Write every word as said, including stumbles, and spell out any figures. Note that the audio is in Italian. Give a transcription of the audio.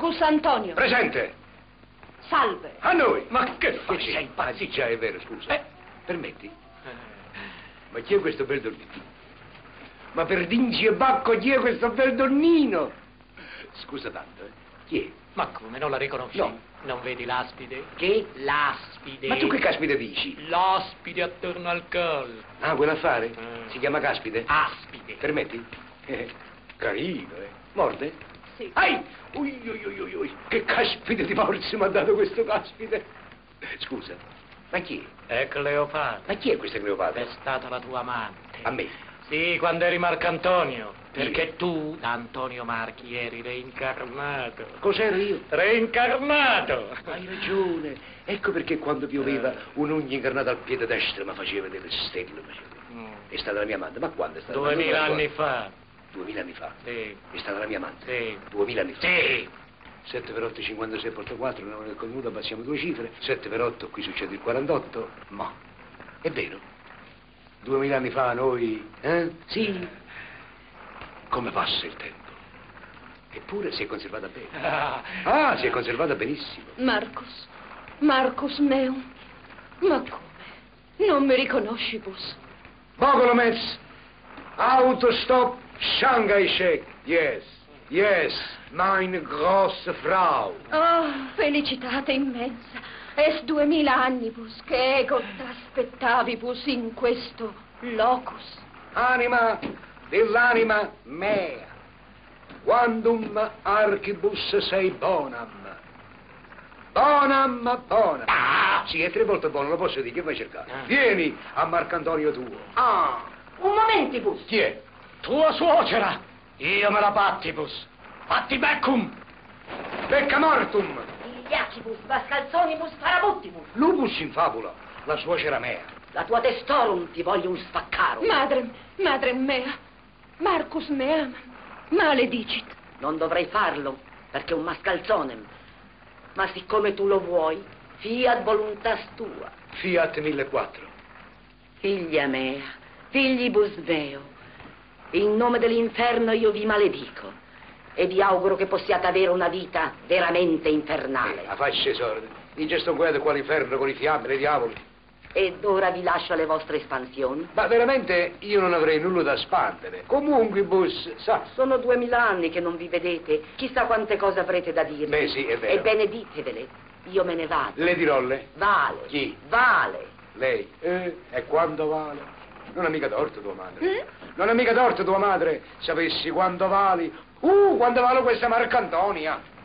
Marcus Antonio. Presente. Salve. A noi. Ma che fai? Che Sei Ah, sì, già, è vero, scusa. Eh. Permetti? Ma chi è questo bel donnino? Ma per Dinci e Bacco, chi è questo bel donnino? Scusa tanto, eh. Chi è? Ma come, non la riconosci? No. Non vedi l'aspide? Che? L'aspide. Ma tu che caspita dici? L'aspide attorno al collo. Ah, quell'affare? Mm. Si chiama caspide? Aspide. Permetti? Eh, carino, eh. Morde? Sì. Ai! Ui, ui, ui, ui, ui. Che caspite di morsi mi ha dato questo caspite? Scusa, ma chi è? È Cleopatra. Ma chi è questa Cleopatra? È stata la tua amante. A me? Sì, quando eri Marcantonio. Perché Io? tu, da Antonio Marchi, eri reincarnato. Cos'ero io? Reincarnato! Hai ragione. Ecco perché quando pioveva un'ugna incarnata al piede destro mi faceva delle stelle. Faceva. Mm. È stata la mia amante. Ma quando è stata? Duemila Ma non anni la sua- fa. Duemila anni fa? Sì. È stata la mia amante? Sì. Duemila anni fa? Sì. sette per otto, cinquantasei, porta quattro, non è convenuto, passiamo due cifre. sette per otto, qui succede il quarantotto. Ma, è vero? Duemila anni fa noi, eh? Sì. Come passa il tempo? Eppure si è conservata bene. Ah, Ah, si è conservata benissimo. Marcus. Marcus Meum. Ma come? Non mi riconosci, Bus? Bogolomets, Autostop, Shanghai Shek. Yes, yes, meine grosse Frau. Oh, felicitate immensa. Es duemila annibus, che ego t'aspettavibus in questo locus. Anima dell'anima mea, quandum archibus sei bonam. Bonam, bonam. Ah, sì, è tre volte buono, lo posso dire, che vai a cercare? Ah. Vieni a Marcantonio tuo. Ah, un momentibus. Chi è? tua suocera! Io me la battibus! Batti beccum! Becca mortum. Iliacibus, mascalzonibus, farabuttibus. Lupus in fabula, la suocera mea. La tua testorum ti voglio un spaccaro. Madre, madre mea, Marcus meam, maledicit. Non dovrei farlo, perché è un mascalzonem. Ma siccome tu lo vuoi, fiat voluntas tua. Fiat millequattro. Figlia mea, figlibus veo, in nome dell'inferno io vi maledico e vi auguro che possiate avere una vita veramente infernale. Eh, la faccia sorda. In gesto guarda qua l'inferno con i fiamme, le diavoli. Ed ora vi lascio alle vostre espansioni. Ma veramente io non avrei nulla da spandere. Comunque, bus, sa. Sono duemila anni che non vi vedete, chissà quante cose avrete da dirmi. Beh, sì, è vero. Ebbene ditevele, io me ne vado. Le dirolle? Vale. Chi? Vale. Lei. Eh, e quando vale? Non ha mica torto tua madre. Mm? Non ha mica torto tua madre. Sapessi quanto vali. Uh, quanto vale questa Marcantonia.